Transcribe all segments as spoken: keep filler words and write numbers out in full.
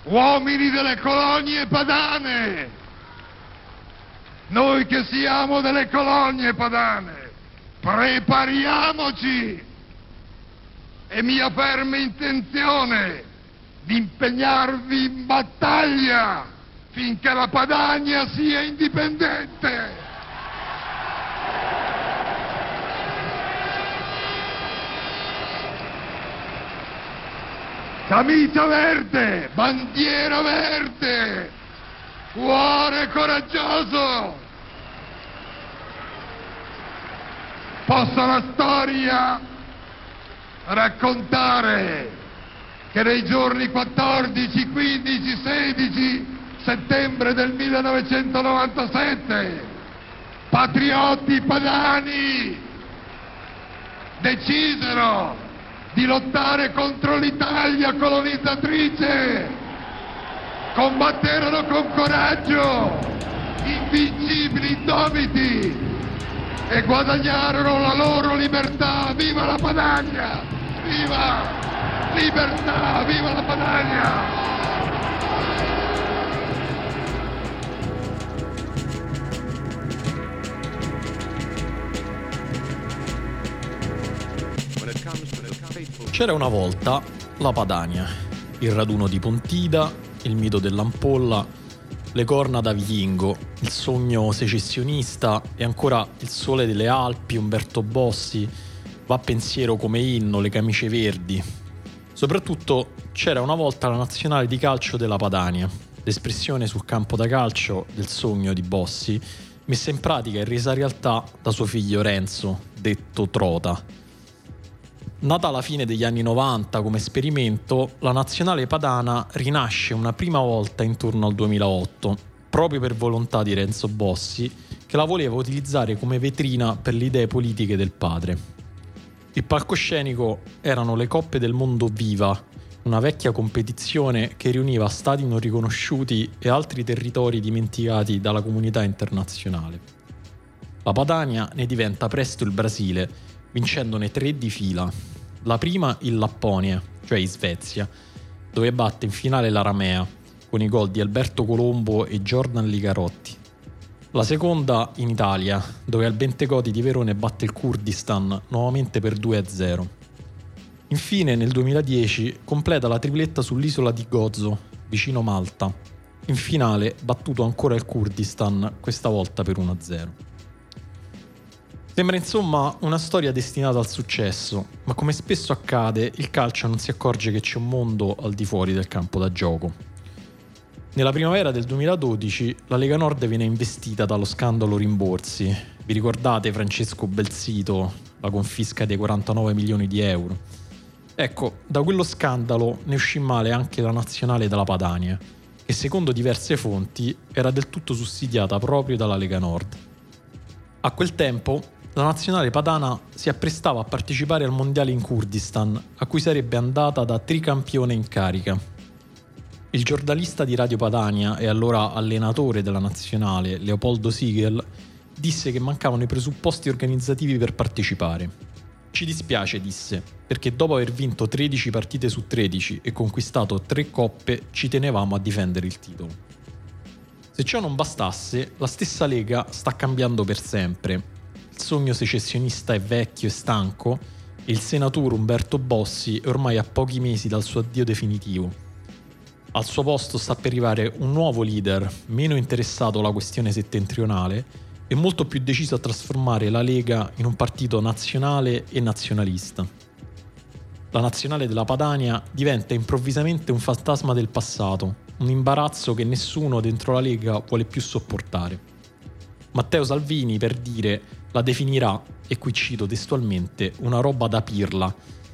uomini delle colonie padane, noi che siamo delle colonie padane, prepariamoci. È mia ferma intenzione di impegnarvi in battaglia finché la Padania sia indipendente. Camicia verde, bandiera verde, cuore coraggioso. Possa la storia raccontare che nei giorni quattordici, quindici, sedici settembre del millenovecentonovantasette patrioti padani decisero di lottare contro l'Italia colonizzatrice, combatterono con coraggio, invincibili, indomiti, e guadagnarono la loro libertà. Viva la Padania! Viva! Libertà! Viva la Padania! C'era una volta la Padania, il raduno di Pontida, il mito dell'ampolla, le corna da vichingo, il sogno secessionista e ancora il sole delle Alpi, Umberto Bossi, va pensiero come inno, le camicie verdi. Soprattutto c'era una volta la nazionale di calcio della Padania, l'espressione sul campo da calcio del sogno di Bossi, messa in pratica e resa realtà da suo figlio Renzo, detto Trota. Nata alla fine degli anni novanta come esperimento, la nazionale padana rinasce una prima volta intorno al duemilaotto, proprio per volontà di Renzo Bossi, che la voleva utilizzare come vetrina per le idee politiche del padre. Il palcoscenico erano le Coppe del Mondo Viva, una vecchia competizione che riuniva stati non riconosciuti e altri territori dimenticati dalla comunità internazionale. La Padania ne diventa presto il Brasile, vincendone tre di fila. La prima in Lapponia, cioè in Svezia, dove batte in finale l'Aramea, con i gol di Alberto Colombo e Jordan Ligarotti. La seconda in Italia, dove al Bentegodi di Verone batte il Kurdistan nuovamente per due a zero. Infine nel duemiladieci completa la tripletta sull'isola di Gozo, vicino Malta. In finale battuto ancora il Kurdistan, questa volta per uno a zero. Sembra insomma una storia destinata al successo, ma come spesso accade, il calcio non si accorge che c'è un mondo al di fuori del campo da gioco. Nella primavera del duemiladodici la Lega Nord viene investita dallo scandalo rimborsi. Vi ricordate Francesco Belsito, la confisca dei quarantanove milioni di euro? Ecco, da quello scandalo ne uscì male anche la nazionale della Padania, che secondo diverse fonti era del tutto sussidiata proprio dalla Lega Nord. A quel tempo la nazionale padana si apprestava a partecipare al mondiale in Kurdistan, a cui sarebbe andata da tricampione in carica. Il giornalista di Radio Padania e allora allenatore della nazionale, Leopoldo Sigel, disse che mancavano i presupposti organizzativi per partecipare. Ci dispiace, disse, perché dopo aver vinto tredici partite su tredici e conquistato tre coppe ci tenevamo a difendere il titolo. Se ciò non bastasse, la stessa Lega sta cambiando per sempre. Il sogno secessionista è vecchio e stanco e il senatore Umberto Bossi è ormai a pochi mesi dal suo addio definitivo. Al suo posto sta per arrivare un nuovo leader, meno interessato alla questione settentrionale e molto più deciso a trasformare la Lega in un partito nazionale e nazionalista. La nazionale della Padania diventa improvvisamente un fantasma del passato, un imbarazzo che nessuno dentro la Lega vuole più sopportare. Matteo Salvini, per dire, la definirà, e qui cito testualmente, una roba da pirla.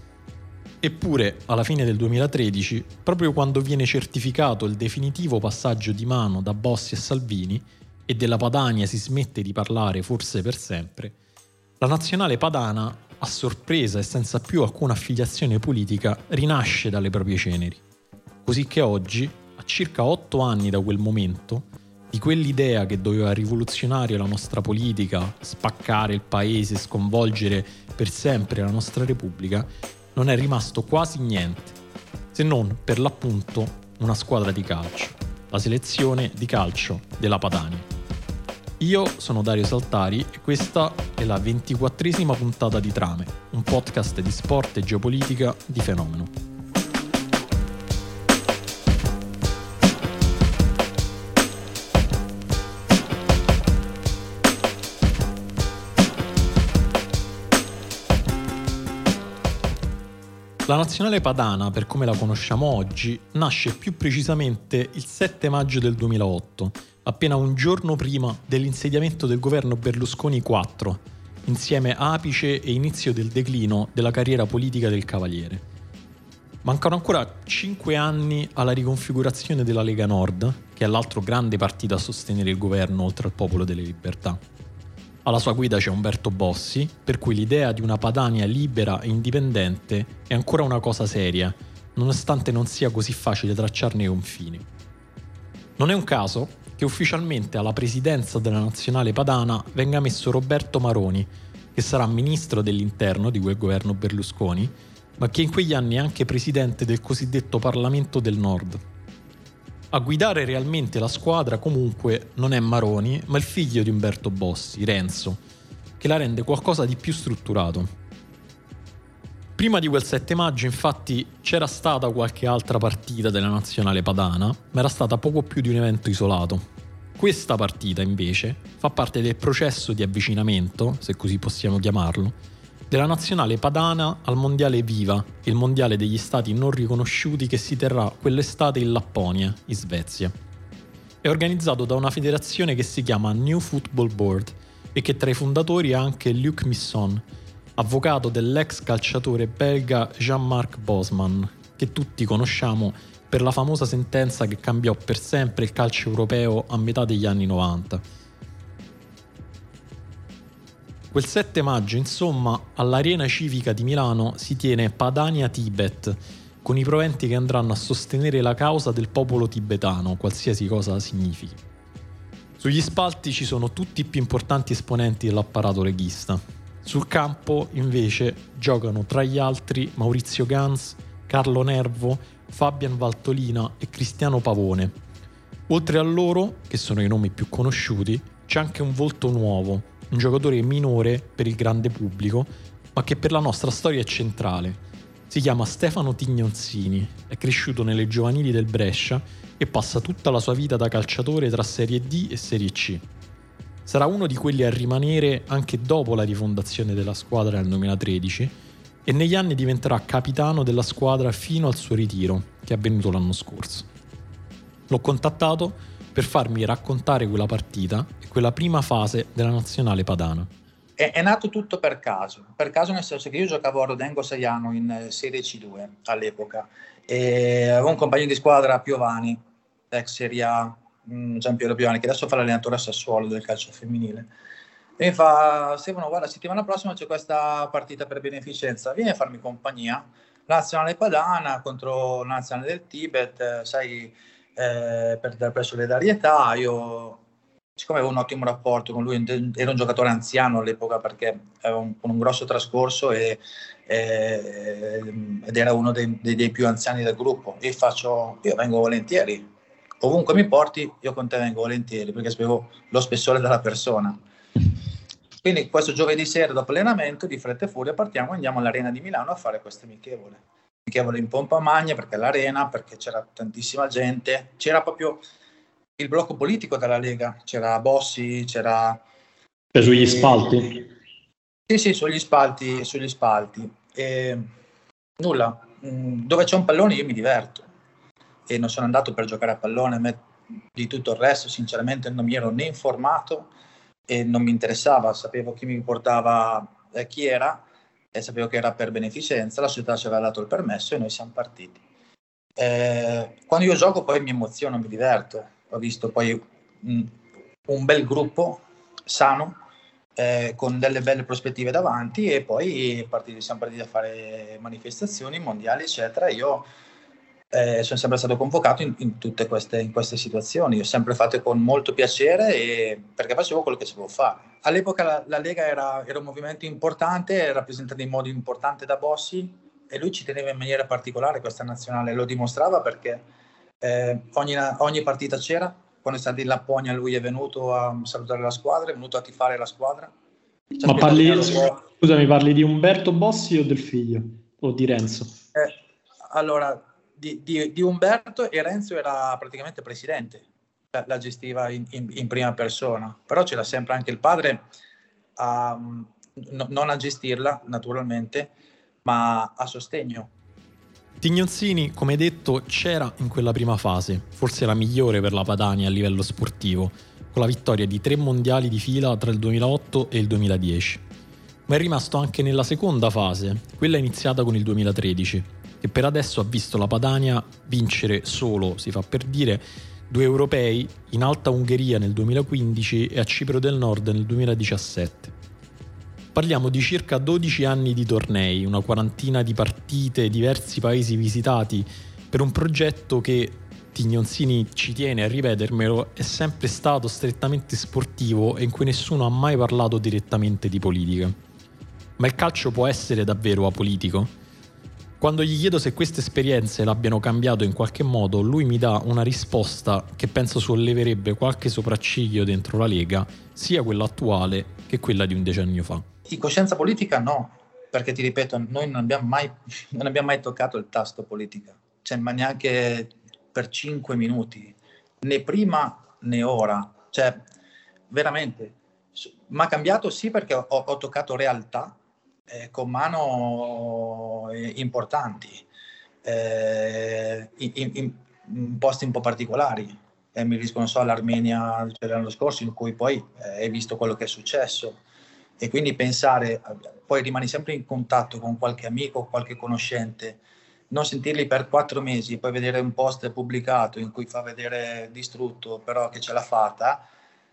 Eppure, alla fine del duemilatredici, proprio quando viene certificato il definitivo passaggio di mano da Bossi a Salvini e della Padania si smette di parlare forse per sempre, la nazionale padana, a sorpresa e senza più alcuna affiliazione politica, rinasce dalle proprie ceneri. Così che oggi, a circa otto anni da quel momento, di quell'idea che doveva rivoluzionare la nostra politica, spaccare il paese, sconvolgere per sempre la nostra Repubblica, non è rimasto quasi niente, se non per l'appunto una squadra di calcio, la selezione di calcio della Padania. Io sono Dario Saltari e questa è la ventiquattresima puntata di Trame, un podcast di sport e geopolitica di Fenomeno. La nazionale padana, per come la conosciamo oggi, nasce più precisamente il sette maggio del duemilaotto, appena un giorno prima dell'insediamento del governo Berlusconi quattro, insieme apice e inizio del declino della carriera politica del Cavaliere. Mancano ancora cinque anni alla riconfigurazione della Lega Nord, che è l'altro grande partito a sostenere il governo oltre al Popolo delle Libertà. Alla sua guida c'è Umberto Bossi, per cui l'idea di una Padania libera e indipendente è ancora una cosa seria, nonostante non sia così facile tracciarne i confini. Non è un caso che ufficialmente alla presidenza della nazionale padana venga messo Roberto Maroni, che sarà ministro dell'interno di quel governo Berlusconi, ma che in quegli anni è anche presidente del cosiddetto Parlamento del Nord. A guidare realmente la squadra comunque non è Maroni, ma il figlio di Umberto Bossi, Renzo, che la rende qualcosa di più strutturato. Prima di quel sette maggio, infatti, c'era stata qualche altra partita della nazionale padana, ma era stata poco più di un evento isolato. Questa partita, invece, fa parte del processo di avvicinamento, se così possiamo chiamarlo, della nazionale padana al mondiale Viva, il mondiale degli stati non riconosciuti che si terrà quell'estate in Lapponia, in Svezia. È organizzato da una federazione che si chiama New Football Board e che tra i fondatori ha anche Luc Misson, avvocato dell'ex calciatore belga Jean-Marc Bosman, che tutti conosciamo per la famosa sentenza che cambiò per sempre il calcio europeo a metà degli anni novanta. Quel sette maggio, insomma, all'Arena Civica di Milano si tiene Padania Tibet, con i proventi che andranno a sostenere la causa del popolo tibetano, qualsiasi cosa significhi. Sugli spalti ci sono tutti i più importanti esponenti dell'apparato leghista. Sul campo, invece, giocano tra gli altri Maurizio Gans, Carlo Nervo, Fabian Valtolina e Cristiano Pavone. Oltre a loro, che sono i nomi più conosciuti, c'è anche un volto nuovo, un giocatore minore per il grande pubblico, ma che per la nostra storia è centrale. Si chiama Stefano Tignonzini, è cresciuto nelle giovanili del Brescia e passa tutta la sua vita da calciatore tra Serie D e Serie C. Sarà uno di quelli a rimanere anche dopo la rifondazione della squadra nel duemilatredici e negli anni diventerà capitano della squadra fino al suo ritiro, che è avvenuto l'anno scorso. L'ho contattato per farmi raccontare quella partita e quella prima fase della nazionale padana. È, è nato tutto per caso, per caso nel senso che io giocavo a Rodengo Saiano in Serie C due all'epoca e avevo un compagno di squadra, Piovani, ex Serie A, Giampiero Piovani, che adesso fa l'allenatore a Sassuolo del calcio femminile, e mi fa: Stefano, guarda, settimana prossima c'è questa partita per beneficenza, vieni a farmi compagnia, la nazionale padana contro la nazionale del Tibet, sai, Eh, per, per solidarietà. Io, siccome avevo un ottimo rapporto con lui, ero un giocatore anziano all'epoca perché avevo un, un grosso trascorso e, e, ed era uno dei, dei, dei più anziani del gruppo, e faccio: io vengo volentieri, ovunque mi porti io con te vengo volentieri, perché sapevo lo spessore della persona. Quindi questo giovedì sera, dopo allenamento, di fretta e furia partiamo e andiamo all'Arena di Milano a fare questa amichevole amichevole in pompa magna, perché l'arena, perché c'era tantissima gente, c'era proprio il blocco politico della Lega, c'era Bossi, c'era... Cioè sugli spalti? Sì, sì, sugli spalti, sugli spalti. E nulla, dove c'è un pallone io mi diverto, e non sono andato per giocare a pallone, me, di tutto il resto sinceramente non mi ero né informato e non mi interessava, sapevo chi mi portava, eh, chi era, e sapevo che era per beneficenza, la società ci aveva dato il permesso e noi siamo partiti. Eh, quando io gioco poi mi emoziono, mi diverto, ho visto poi mh, un bel gruppo sano, eh, con delle belle prospettive davanti, e poi partiti, siamo partiti a fare manifestazioni mondiali eccetera. Io eh, sono sempre stato convocato in, in tutte queste, in queste situazioni, ho sempre fatto con molto piacere, e perché facevo quello che sapevo fare. All'epoca la, la Lega era, era un movimento importante, rappresentato in modo importante da Bossi, e lui ci teneva in maniera particolare questa nazionale, lo dimostrava perché Eh, ogni, ogni partita c'era, quando è stato in Lapponia lui è venuto a salutare la squadra, è venuto a tifare la squadra. Ci Ma parli, scusami, parli di Umberto Bossi o del figlio? O di Renzo? Eh, allora, di, di, di Umberto, e Renzo era praticamente presidente, la, la gestiva in, in, in prima persona, però c'era sempre anche il padre a, no, non a gestirla naturalmente, ma a sostegno. Tignonzini, come detto, c'era in quella prima fase, forse la migliore per la Padania a livello sportivo, con la vittoria di tre mondiali di fila tra il duemilaotto e il duemiladieci. Ma è rimasto anche nella seconda fase, quella iniziata con il duemilatredici, che per adesso ha visto la Padania vincere solo, si fa per dire, due europei in Alta Ungheria nel duemilaquindici e a Cipro del Nord nel duemiladiciassette. Parliamo di circa dodici anni di tornei, una quarantina di partite, diversi paesi visitati, per un progetto che, Tignonzini ci tiene a ripetermelo, è sempre stato strettamente sportivo e in cui nessuno ha mai parlato direttamente di politica. Ma il calcio può essere davvero apolitico? Quando gli chiedo se queste esperienze l'abbiano cambiato in qualche modo, lui mi dà una risposta che penso solleverebbe qualche sopracciglio dentro la Lega, sia quella attuale che quella di un decennio fa. Di coscienza politica no, perché ti ripeto, noi non abbiamo mai, non abbiamo mai toccato il tasto politica, cioè, ma neanche per cinque minuti, né prima né ora, cioè veramente, ma ha cambiato sì perché ho, ho toccato realtà eh, con mano eh, importanti, eh, in, in, in posti un po' particolari, eh, mi riferisco, non so, all'Armenia l'anno scorso, in cui poi eh, hai visto quello che è successo. E quindi pensare, poi rimani sempre in contatto con qualche amico o qualche conoscente, non sentirli per quattro mesi, poi vedere un post pubblicato in cui fa vedere distrutto, però che ce l'ha fatta,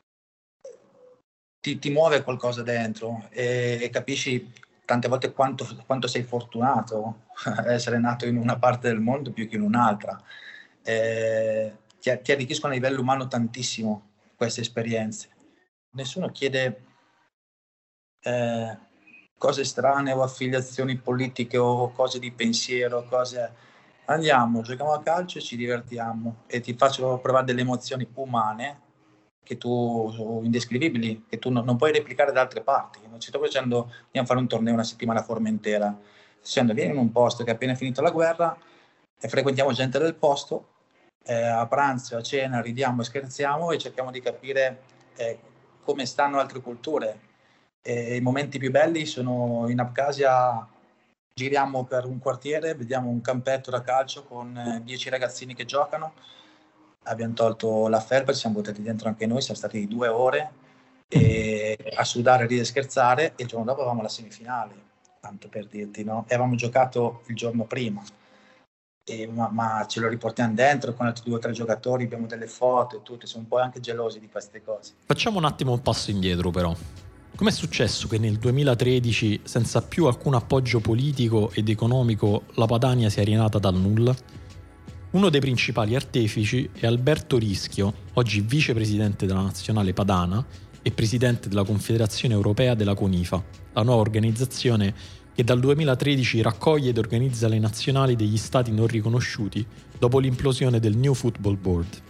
ti, ti muove qualcosa dentro e, e capisci tante volte quanto, quanto sei fortunato ad essere nato in una parte del mondo più che in un'altra. Eh, ti, ti arricchiscono a livello umano tantissimo queste esperienze. Nessuno chiede Eh, cose strane o affiliazioni politiche o cose di pensiero, cose. Andiamo, giochiamo a calcio e ci divertiamo e ti faccio provare delle emozioni umane che tu, indescrivibili, che tu non, non puoi replicare da altre parti. Non ci sto facendo, andiamo a fare un torneo una settimana a Formentera, dicendo vieni in un posto che è appena finita la guerra e frequentiamo gente del posto, eh, a pranzo, a cena, ridiamo e scherziamo e cerchiamo di capire eh, come stanno altre culture. E i momenti più belli sono in Abkhazia, giriamo per un quartiere, vediamo un campetto da calcio con eh, dieci ragazzini che giocano, abbiamo tolto la felpa, ci siamo buttati dentro anche noi, siamo stati due ore e, a sudare, ridere e scherzare, e il giorno dopo avevamo la semifinale, tanto per dirti, no? E avevamo giocato il giorno prima, e, ma, ma ce lo riportiamo dentro con altri due o tre giocatori, abbiamo delle foto e tutto, siamo un po' anche gelosi di queste cose. Facciamo un attimo un passo indietro però. Com'è successo che nel duemilatredici, senza più alcun appoggio politico ed economico, la Padania sia rinata dal nulla? Uno dei principali artefici è Alberto Rischio, oggi vicepresidente della Nazionale Padana e presidente della Confederazione Europea della CONIFA, la nuova organizzazione che dal duemilatredici raccoglie ed organizza le nazionali degli stati non riconosciuti dopo l'implosione del New Football Board.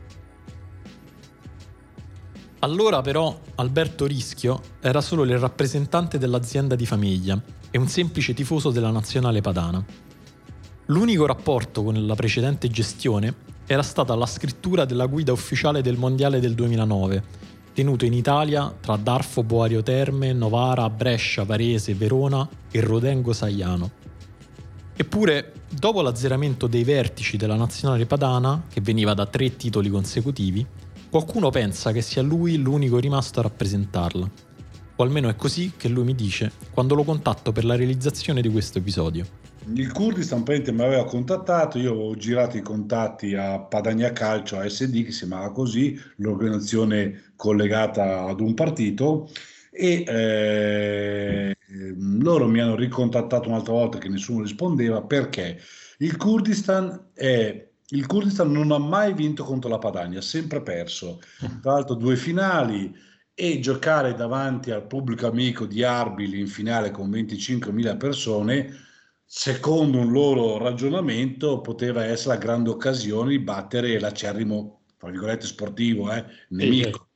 Allora però Alberto Rischio era solo il rappresentante dell'azienda di famiglia e un semplice tifoso della nazionale padana. L'unico rapporto con la precedente gestione era stata la scrittura della guida ufficiale del Mondiale del duemilanove, tenuto in Italia tra Darfo Boario Terme, Novara, Brescia, Varese, Verona e Rodengo Saiano. Eppure, dopo l'azzeramento dei vertici della nazionale padana, che veniva da tre titoli consecutivi, qualcuno pensa che sia lui l'unico rimasto a rappresentarla. O almeno è così che lui mi dice quando lo contatto per la realizzazione di questo episodio. Il Kurdistan Pente mi aveva contattato, io ho girato i contatti a Padania Calcio, A S D, che si chiamava così, l'organizzazione collegata ad un partito, e eh, loro mi hanno ricontattato un'altra volta che nessuno rispondeva, perché il Kurdistan è... Il Kurdistan non ha mai vinto contro la Padania, ha sempre perso. Tra l'altro due finali, e giocare davanti al pubblico amico di Arbil in finale con venticinquemila persone secondo un loro ragionamento, poteva essere la grande occasione di battere l'acerrimo, tra virgolette, sportivo, eh, nemico.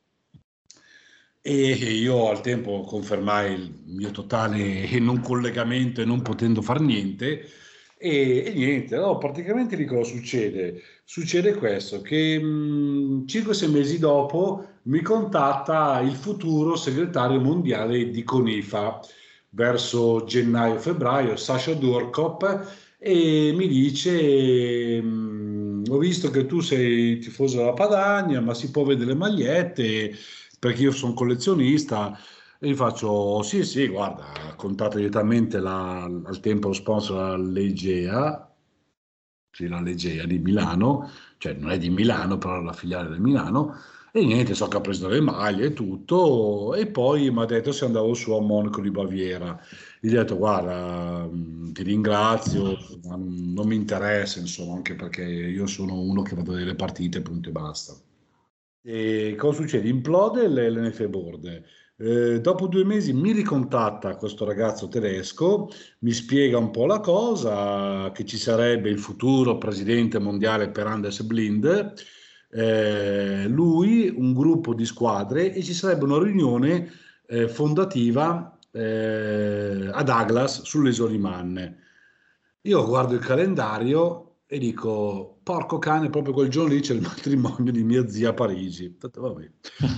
E io al tempo confermai il mio totale non collegamento e non potendo far niente. E, e niente, no, praticamente di cosa succede? Succede questo, che cinque sei mesi dopo mi contatta il futuro segretario mondiale di CONIFA, verso gennaio-febbraio, Sasha Durkop, e mi dice: ho visto che tu sei tifoso della Padania, ma si può vedere le magliette, perché io sono collezionista. E gli faccio: sì sì, guarda, contatto direttamente la, al tempo lo sponsor, la Legea, sì, la Legea di Milano, cioè non è di Milano, però la filiale di Milano. E niente, so che ha preso le maglie e tutto, e poi mi ha detto se andavo su a Monaco di Baviera. Gli ho detto: guarda, ti ringrazio, ma non mi interessa, insomma, anche perché io sono uno che va a vedere le partite, punto e basta. E cosa succede? Implode l'N F Board. Eh, dopo due mesi mi ricontatta questo ragazzo tedesco, mi spiega un po' la cosa, che ci sarebbe il futuro presidente mondiale per Anders Blind, eh, lui, un gruppo di squadre, e ci sarebbe una riunione eh, fondativa eh, a Douglas sulle Isole Manne. Io guardo il calendario e dico: porco cane, proprio quel giorno lì c'è il matrimonio di mia zia a Parigi. Vabbè.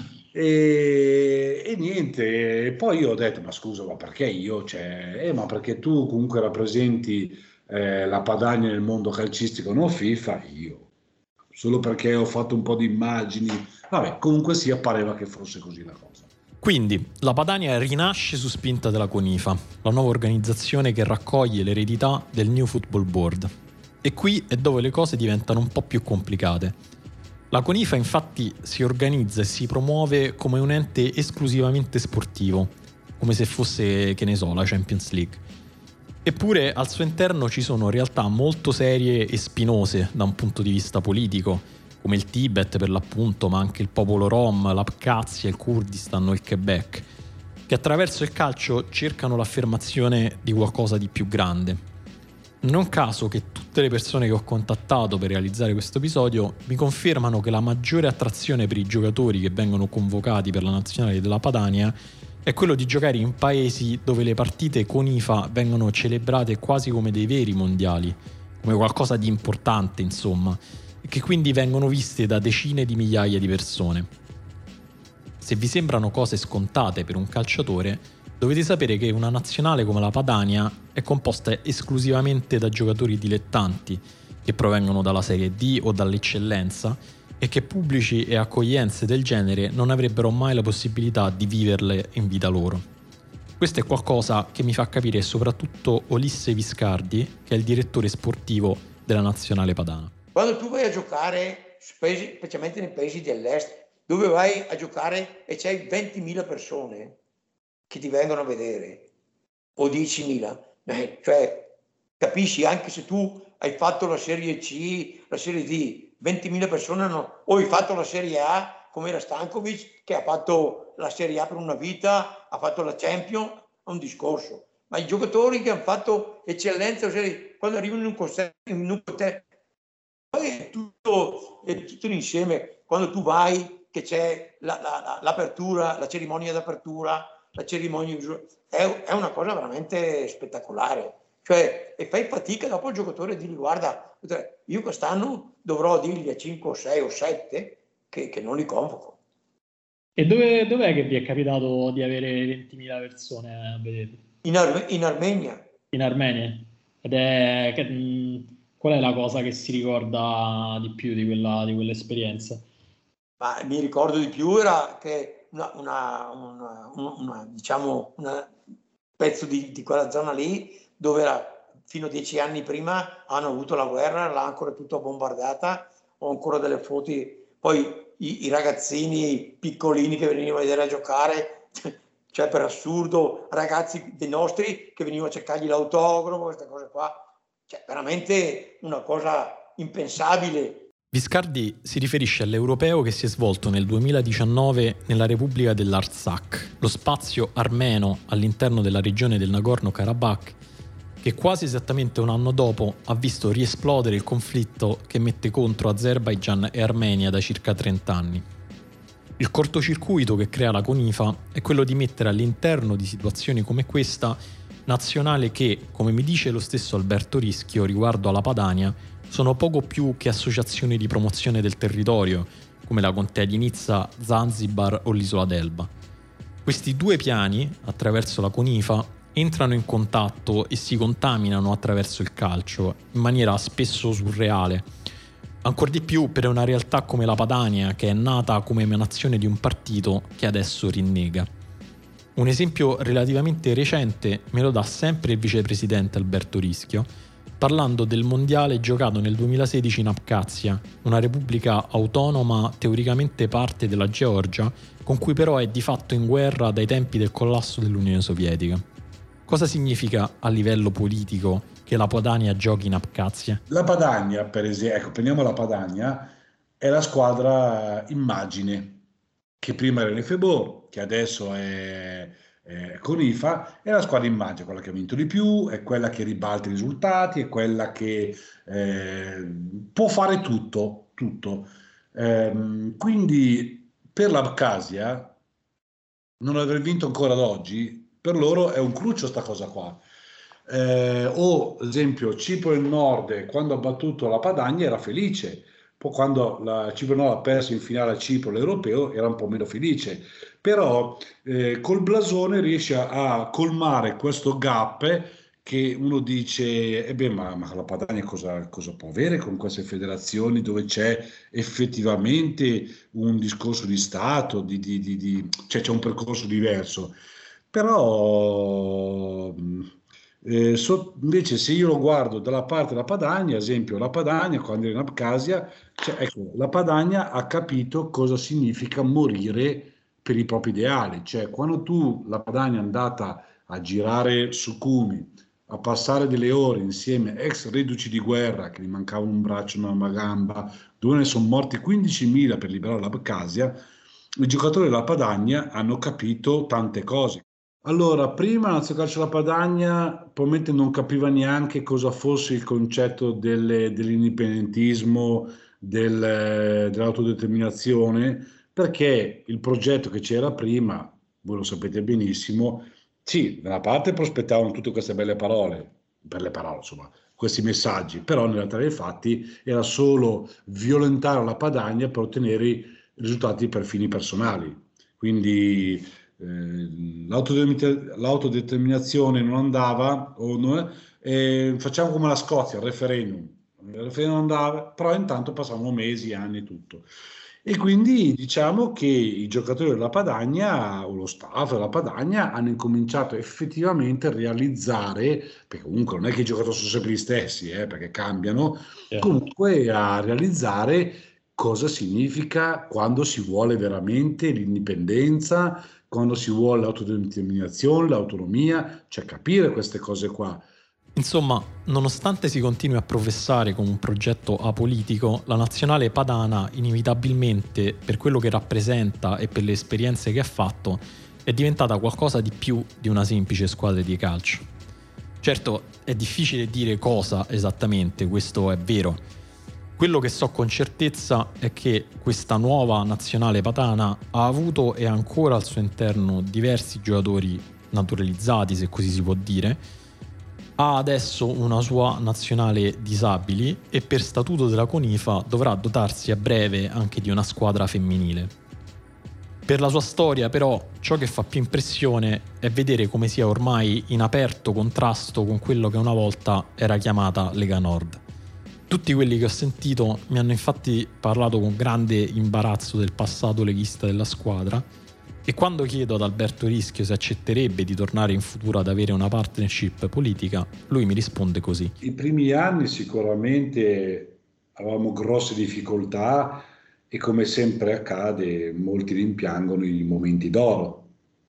E, e niente, e poi io ho detto: ma scusa, ma perché io? Cioè, eh, ma perché tu comunque rappresenti eh, la Padania nel mondo calcistico, non FIFA? Io, solo perché ho fatto un po' di immagini. Vabbè, comunque sia, pareva che fosse così la cosa. Quindi la Padania rinasce su spinta della CONIFA, la nuova organizzazione che raccoglie l'eredità del New Football Board. E qui è dove le cose diventano un po' più complicate. La CONIFA infatti si organizza e si promuove come un ente esclusivamente sportivo, come se fosse, che ne so, la Champions League. Eppure al suo interno ci sono realtà molto serie e spinose da un punto di vista politico, come il Tibet per l'appunto, ma anche il popolo Rom, l'Abkhazia, il Kurdistan o il Quebec, che attraverso il calcio cercano l'affermazione di qualcosa di più grande. Non è un caso che tutte le persone che ho contattato per realizzare questo episodio mi confermano che la maggiore attrazione per i giocatori che vengono convocati per la nazionale della Padania è quello di giocare in paesi dove le partite CONIFA vengono celebrate quasi come dei veri mondiali, come qualcosa di importante, insomma, e che quindi vengono viste da decine di migliaia di persone. Se vi sembrano cose scontate per un calciatore, dovete sapere che una nazionale come la Padania è composta esclusivamente da giocatori dilettanti che provengono dalla Serie D o dall'eccellenza e che pubblici e accoglienze del genere non avrebbero mai la possibilità di viverle in vita loro. Questo è qualcosa che mi fa capire soprattutto Ulisse Viscardi, che è il direttore sportivo della nazionale padana. Quando tu vai a giocare, specialmente nei paesi dell'est, dove vai a giocare e c'hai ventimila persone che ti vengono a vedere, o diecimila, eh, cioè capisci, anche se tu hai fatto la Serie C, la Serie D, ventimila persone hanno, o hai fatto la Serie A, come era Stankovic, che ha fatto la Serie A per una vita, ha fatto la Champions, è un discorso. Ma i giocatori che hanno fatto eccellenza, cioè, quando arrivano in un contesto, in un contesto, poi è tutto, è tutto insieme, quando tu vai, che c'è la, la, la, l'apertura, la cerimonia d'apertura, la cerimonia è, è una cosa veramente spettacolare, cioè, e fai fatica dopo il giocatore a dirgli: guarda, io quest'anno dovrò dirgli a cinque o sei o sette che, che non li convoco. E dove, dov'è che vi è capitato di avere ventimila persone a vedere? In, Ar- in Armenia. In Armenia? Ed è che, mh, qual è la cosa che si ricorda di più di quella, di quell'esperienza? Ma mi ricordo di più era che Una, una, una, una, diciamo un pezzo di, di quella zona lì, dove era, fino a dieci anni prima hanno avuto la guerra, l'Ancora è tutta bombardata, ho ancora delle foto, poi i, i ragazzini piccolini che venivano a vedere a giocare, cioè per assurdo ragazzi dei nostri che venivano a cercargli l'autografo, queste cose qua, cioè veramente una cosa impensabile. Viscardi si riferisce all'europeo che si è svolto nel duemiladiciannove nella Repubblica dell'Artsakh, lo spazio armeno all'interno della regione del Nagorno-Karabakh, che quasi esattamente un anno dopo ha visto riesplodere il conflitto che mette contro Azerbaigian e Armenia da circa trenta anni. Il cortocircuito che crea la CONIFA è quello di mettere all'interno di situazioni come questa nazionali che, come mi dice lo stesso Alberto Rischio riguardo alla Padania, sono poco più che associazioni di promozione del territorio, come la Contea di Nizza, Zanzibar o l'Isola d'Elba. Questi due piani, attraverso la CONIFA, entrano in contatto e si contaminano attraverso il calcio, in maniera spesso surreale. Ancor di più per una realtà come la Padania, che è nata come emanazione di un partito che adesso rinnega. Un esempio relativamente recente me lo dà sempre il vicepresidente Alberto Rischio, parlando del mondiale giocato nel duemilasedici in Abkhazia, una repubblica autonoma teoricamente parte della Georgia, con cui però è di fatto in guerra dai tempi del collasso dell'Unione Sovietica. Cosa significa a livello politico che la Padania giochi in Abkhazia? La Padania, per esempio, ecco, prendiamo la Padania, è la squadra immagine, che prima era l'F B O, che adesso è, è CONIFA, è la squadra immagine, quella che ha vinto di più, è quella che ribalta i risultati, è quella che eh, può fare tutto, tutto. Ehm, quindi per l'Abkhazia, non aver vinto ancora ad oggi, per loro è un cruccio sta cosa qua. Eh, o ad esempio Cipro del Nord, quando ha battuto la Padania era felice, poi quando la Cipro del Nord ha perso in finale a Cipro l'Europeo era un po' meno felice, però eh, col blasone riesce a, a colmare questo gap che uno dice, e beh, ma, ma la Padania cosa, cosa può avere con queste federazioni dove c'è effettivamente un discorso di Stato, di, di, di, di, cioè c'è un percorso diverso. Però eh, so, invece se io lo guardo dalla parte della Padania, ad esempio la Padania quando era in Abkhazia, cioè, ecco, la Padania ha capito cosa significa morire per i propri ideali, cioè quando tu, la Padania è andata a girare Sukhumi, a passare delle ore insieme ex reduci di guerra che gli mancava un braccio, una gamba, dove ne sono morti quindicimila per liberare l'Abkhazia, i giocatori della Padania hanno capito tante cose. Allora, prima Lazio Calcio La Padania probabilmente non capiva neanche cosa fosse il concetto delle- dell'indipendentismo, del- dell'autodeterminazione, perché il progetto che c'era prima, voi lo sapete benissimo, sì, da una parte prospettavano tutte queste belle parole, belle parole, insomma, questi messaggi, però nella realtà dei fatti era solo violentare la Padania per ottenere risultati per fini personali. Quindi eh, l'autodemita- l'autodeterminazione non andava, o non- eh, facciamo come la Scozia, il referendum. Il referendum andava, però intanto passavano mesi, anni e tutto. E quindi diciamo che i giocatori della Padania o lo staff della Padania hanno incominciato effettivamente a realizzare, perché comunque non è che i giocatori sono sempre gli stessi, eh, perché cambiano, Certo. comunque a realizzare cosa significa quando si vuole veramente l'indipendenza, quando si vuole l'autodeterminazione, l'autonomia, cioè capire queste cose qua. Insomma, nonostante si continui a professare come un progetto apolitico, la nazionale padana inevitabilmente, per quello che rappresenta e per le esperienze che ha fatto, è diventata qualcosa di più di una semplice squadra di calcio. Certo, è difficile dire cosa esattamente, questo è vero. Quello che so con certezza è che questa nuova nazionale padana ha avuto e ha ancora al suo interno diversi giocatori naturalizzati, se così si può dire, ha adesso una sua nazionale disabili e per statuto della CONIFA dovrà dotarsi a breve anche di una squadra femminile. Per la sua storia, però, ciò che fa più impressione è vedere come sia ormai in aperto contrasto con quello che una volta era chiamata Lega Nord. Tutti quelli che ho sentito mi hanno infatti parlato con grande imbarazzo del passato leghista della squadra, e quando chiedo ad Alberto Rischio se accetterebbe di tornare in futuro ad avere una partnership politica, lui mi risponde così. I primi anni sicuramente avevamo grosse difficoltà e come sempre accade, molti rimpiangono i momenti d'oro.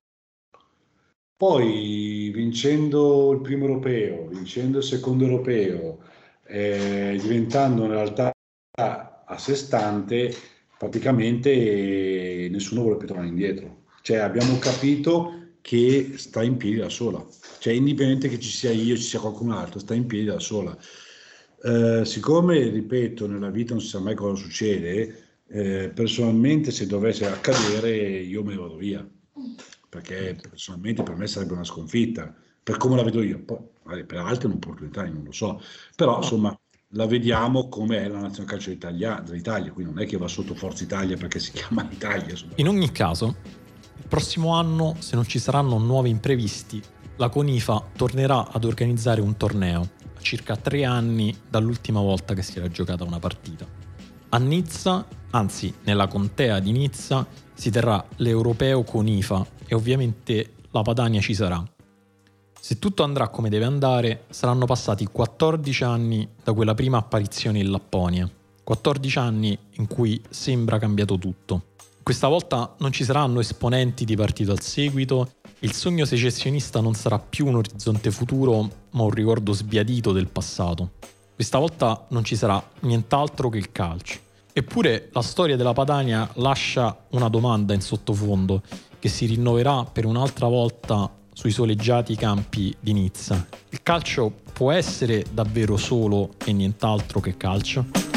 Poi vincendo il primo europeo, vincendo il secondo europeo, eh, diventando una realtà a sé stante, praticamente nessuno vuole più tornare indietro. Cioè abbiamo capito che sta in piedi da sola, cioè indipendente che ci sia io, ci sia qualcun altro, sta in piedi da sola. Eh, siccome, ripeto, nella vita non si sa mai cosa succede, eh, personalmente se dovesse accadere io me ne vado via, perché personalmente per me sarebbe una sconfitta, per come la vedo io. Poi per altri è un'opportunità, non lo so, però insomma la vediamo come è la nazionale calcio Italia, dell'Italia, quindi non è che va sotto Forza Italia perché si chiama Italia. Insomma. In ogni caso, il prossimo anno, se non ci saranno nuovi imprevisti, la CONIFA tornerà ad organizzare un torneo a circa tre anni dall'ultima volta che si era giocata una partita. A Nizza, anzi nella contea di Nizza, si terrà l'Europeo CONIFA e ovviamente la Padania ci sarà. Se tutto andrà come deve andare, saranno passati quattordici anni da quella prima apparizione in Lapponia. quattordici anni in cui sembra cambiato tutto. Questa volta non ci saranno esponenti di partito al seguito, il sogno secessionista non sarà più un orizzonte futuro, ma un ricordo sbiadito del passato. Questa volta non ci sarà nient'altro che il calcio. Eppure la storia della Padania lascia una domanda in sottofondo, che si rinnoverà per un'altra volta sui soleggiati campi di Nizza. Il calcio può essere davvero solo e nient'altro che calcio?